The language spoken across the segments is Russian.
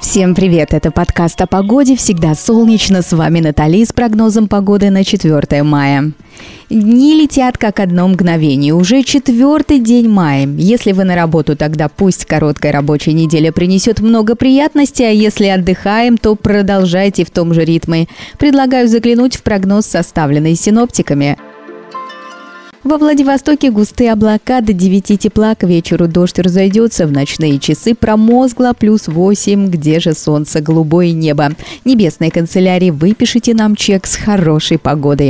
Всем привет! Это подкаст о погоде. Всегда солнечно. С вами Натали с прогнозом погоды на 4 мая. Дни летят как одно мгновение. Уже 4-й день мая. Если вы на работу, тогда пусть короткая рабочая неделя принесет много приятностей, а если отдыхаем, то продолжайте в том же ритме. Предлагаю заглянуть в прогноз, составленный синоптиками. Во Владивостоке густые облака, до 9 тепла, к вечеру дождь разойдется, в ночные часы промозгло, плюс 8, где же солнце, голубое небо. Небесной канцелярии, выпишите нам чек с хорошей погодой.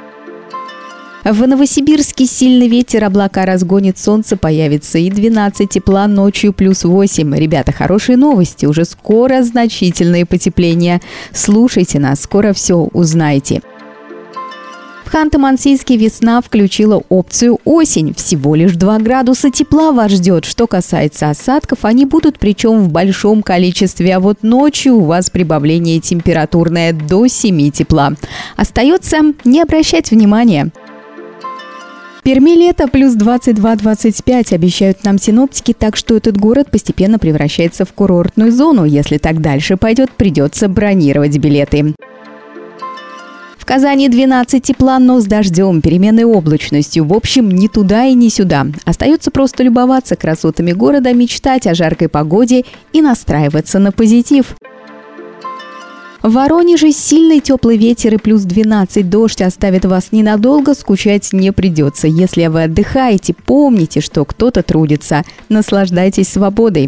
В Новосибирске сильный ветер, облака разгонит, солнце появится и 12 тепла, ночью плюс 8. Ребята, хорошие новости, уже скоро значительное потепление. Слушайте нас, скоро все узнаете. В Ханты-Мансийске весна включила опцию «Осень». Всего лишь 2 градуса тепла вас ждет. Что касается осадков, они будут, причем в большом количестве. А вот ночью у вас прибавление температурное до 7 тепла. Остается не обращать внимания. В Перми лето плюс 22-25 обещают нам синоптики, так что этот город постепенно превращается в курортную зону. Если так дальше пойдет, придется бронировать билеты. В Казани 12 тепла, но с дождем, переменной облачностью. В общем, ни туда и ни сюда. Остается просто любоваться красотами города, мечтать о жаркой погоде и настраиваться на позитив. В Воронеже сильный теплый ветер и плюс 12 дождь оставит вас ненадолго, скучать не придется. Если вы отдыхаете, помните, что кто-то трудится. Наслаждайтесь свободой.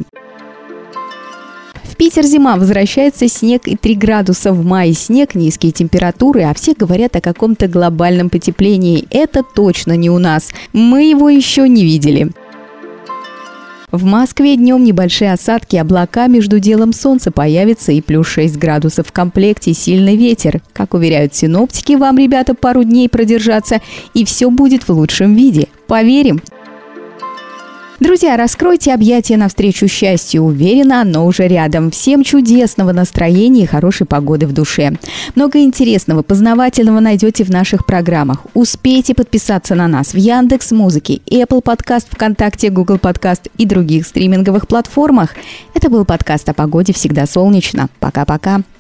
В Питер зима, возвращается снег и 3 градуса в мае. Снег, низкие температуры, а все говорят о каком-то глобальном потеплении. Это точно не у нас. Мы его еще не видели. В Москве днем небольшие осадки, облака, между делом солнце появится и плюс 6 градусов в комплекте, сильный ветер. Как уверяют синоптики, вам, ребята, пару дней продержаться, и все будет в лучшем виде. Поверим! Друзья, раскройте объятия навстречу счастью. Уверена, оно уже рядом. Всем чудесного настроения и хорошей погоды в душе. Много интересного, познавательного найдете в наших программах. Успейте подписаться на нас в Яндекс.Музыке, Apple Podcast, ВКонтакте, Google Podcast и других стриминговых платформах. Это был подкаст о погоде «Всегда солнечно». Пока-пока.